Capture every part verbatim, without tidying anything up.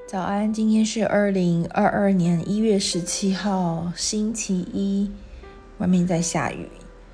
早安，今天是二零二二年一月十七号，星期一，外面在下雨。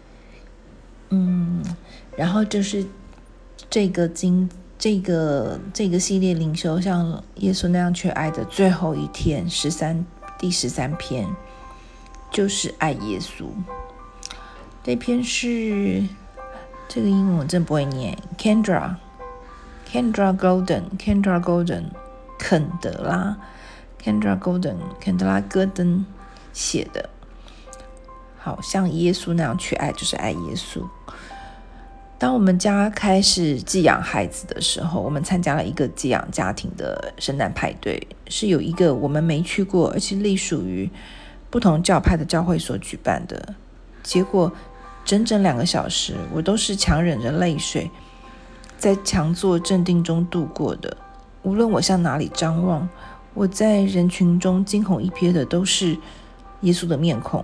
嗯，然后就是这个经这个这个系列灵修，像耶稣那样去爱的最后一天，十三第十三篇就是爱耶稣。这篇是这个英文我真不会念 ，Kendra Kendra Golden Kendra Golden。肯德拉 Kendra Golden 肯德拉戈登写的。好，像耶稣那样去爱，就是爱耶稣。当我们家开始寄养孩子的时候，我们参加了一个寄养家庭的圣诞派对，是有一个我们没去过而且隶属于不同教派的教会所举办的。结果整整两个小时，我都是强忍着泪水在强作镇定中度过的。无论我向哪里张望，我在人群中惊鸿一瞥的都是耶稣的面孔。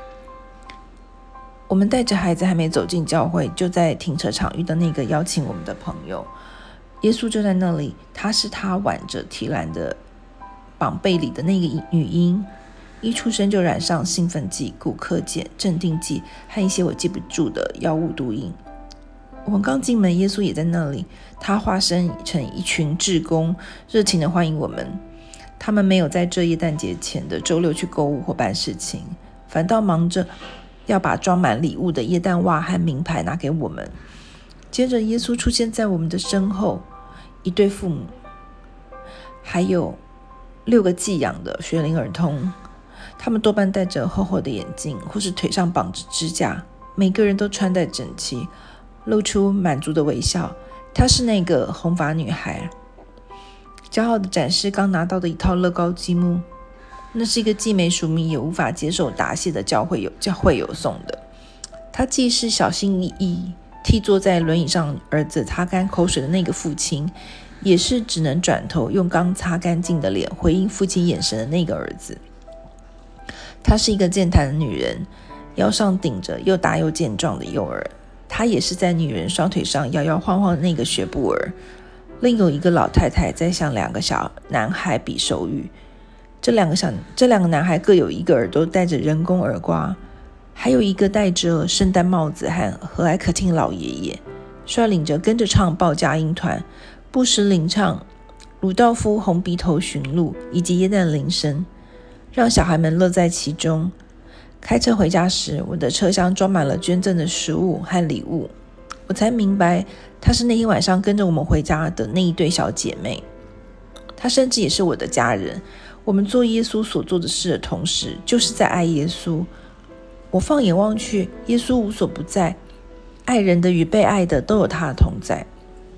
我们带着孩子还没走进教会，就在停车场遇到那个邀请我们的朋友。耶稣就在那里，他是他挽着提篮的绑背里的那个女婴，一出生就染上兴奋剂、骨科碱、镇定剂和一些我记不住的药物毒瘾。我们刚进门，耶稣也在那里，他化身成一群志工，热情地欢迎我们。他们没有在这耶诞节前的周六去购物或办事情，反倒忙着要把装满礼物的耶诞袜和名牌拿给我们。接着耶稣出现在我们的身后，一对父母，还有六个寄养的学龄儿童，他们多半戴着厚厚的眼镜，或是腿上绑着支架，每个人都穿戴整齐，露出满足的微笑。她是那个红发女孩，骄傲地展示刚拿到的一套乐高积木。那是一个既没署名也无法接受答谢的教会友教会友送的。她既是小心翼翼替坐在轮椅上儿子擦干口水的那个父亲，也是只能转头用刚擦干净的脸回应父亲眼神的那个儿子。她是一个健谈的女人，腰上顶着又大又健壮的幼儿。她也是在女人双腿上摇摇晃晃的那个学步儿。另有一个老太太在向两个小男孩比手语。这两个小这两个男孩各有一个耳朵戴着人工耳刮，还有一个戴着圣诞帽子和和蔼可亲老爷爷，率领着跟着唱报佳音团，不时领唱鲁道夫红鼻头驯鹿以及耶诞铃声，让小孩们乐在其中。开车回家时，我的车厢装满了捐赠的食物和礼物，我才明白她是那天晚上跟着我们回家的那一对小姐妹。她甚至也是我的家人。我们做耶稣所做的事的同时，就是在爱耶稣。我放眼望去，耶稣无所不在，爱人的与被爱的都有他的同在。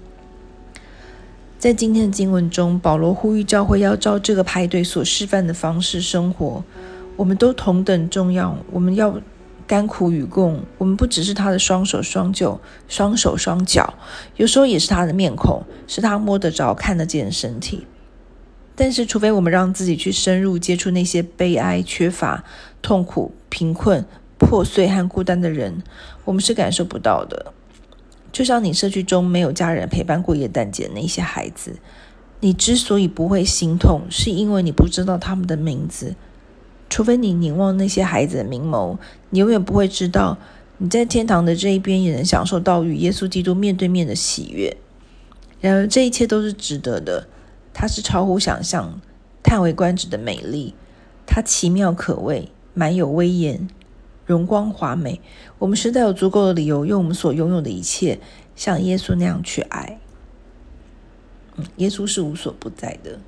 在今天的经文中，保罗呼吁教会要照这个派对所示范的方式生活。我们都同等重要，我们要甘苦与共。我们不只是他的双手双脚双手双脚，有时候也是他的面孔，是他摸得着看得见的身体。但是除非我们让自己去深入接触那些悲哀、缺乏、痛苦、贫困、破碎和孤单的人，我们是感受不到的。就像你社区中没有家人陪伴过耶诞节的那些孩子，你之所以不会心痛，是因为你不知道他们的名字。除非你凝望那些孩子的明眸，你永远不会知道，你在天堂的这一边也能享受到与耶稣基督面对面的喜悦。然而这一切都是值得的，它是超乎想象、叹为观止的美丽，它奇妙可畏，满有威严，荣光华美。我们实在有足够的理由，用我们所拥有的一切，像耶稣那样去爱。嗯，耶稣是无所不在的。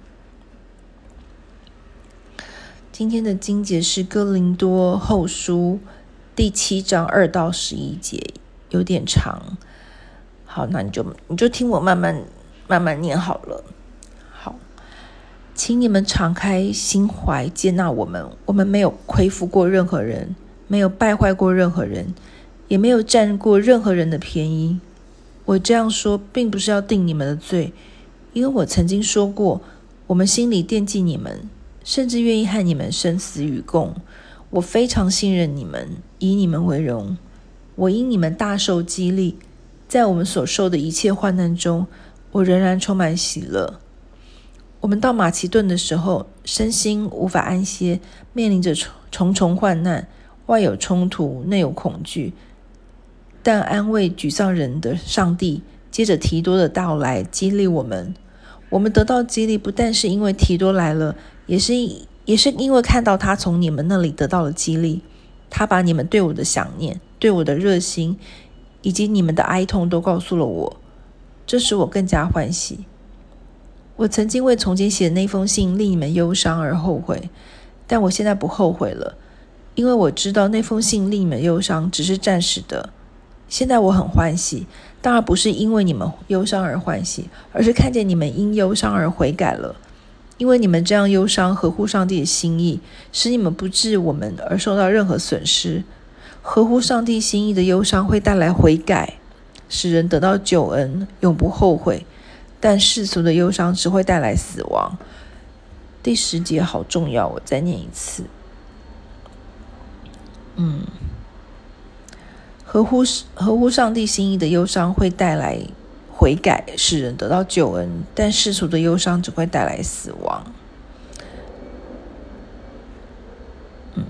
今天的经节是哥林多后书第七章二到十一节，有点长。好，那你就你就听我慢慢慢慢念好了。好，请你们敞开心怀接纳我们，我们没有亏负过任何人，没有败坏过任何人，也没有占过任何人的便宜。我这样说并不是要定你们的罪，因为我曾经说过，我们心里惦记你们，甚至愿意和你们生死与共。我非常信任你们，以你们为荣。我因你们大受激励，在我们所受的一切患难中，我仍然充满喜乐。 我们到马其顿的时候，身心无法安歇，面临着重重患难，外有冲突，内有恐惧。但安慰沮丧人的上帝，接着提多的到来激励我们。我们得到激励，不但是因为提多来了，也是也是因为看到他从你们那里得到了激励。他把你们对我的想念、对我的热心，以及你们的哀痛都告诉了我，这使我更加欢喜。我曾经为从前写的那封信令你们忧伤而后悔，但我现在不后悔了，因为我知道那封信令你们忧伤只是暂时的。现在我很欢喜，当然不是因为你们忧伤而欢喜，而是看见你们因忧伤而悔改了。因为你们这样忧伤合乎上帝的心意，使你们不致我们而受到任何损失。合乎上帝心意的忧伤会带来悔改，使人得到救恩，永不后悔。但世俗的忧伤只会带来死亡。第十节好重要，我再念一次。嗯。合乎合乎上帝心意的忧伤会带来悔改，使人得到救恩，但世俗的忧伤只会带来死亡。嗯，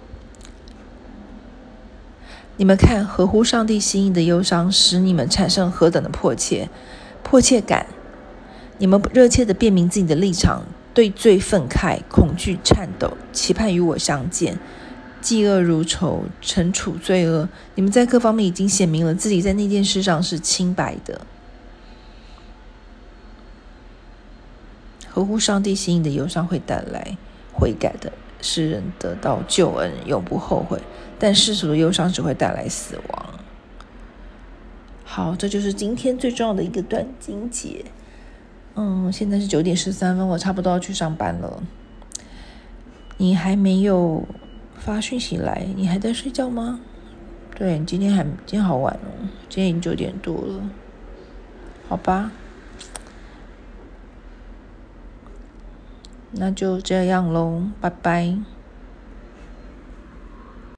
你们看，合乎上帝心意的忧伤使你们产生何等的迫切迫切感！你们热切地辨明自己的立场，对罪愤慨，恐惧颤抖，期盼与我相见。嫉恶如仇，惩处罪恶，你们在各方面已经显明了自己在那件事上是清白的。合乎上帝心意的忧伤会带来悔改的，使人得到救恩，永不后悔。但世俗的忧伤只会带来死亡。好，这就是今天最重要的一个段经节。嗯，现在是九点十三分，我差不多要去上班了。你还没有发讯息来，你还在睡觉吗？对，今天还今天好晚哦，今天已经九点多了。好吧，那就这样咯，拜拜。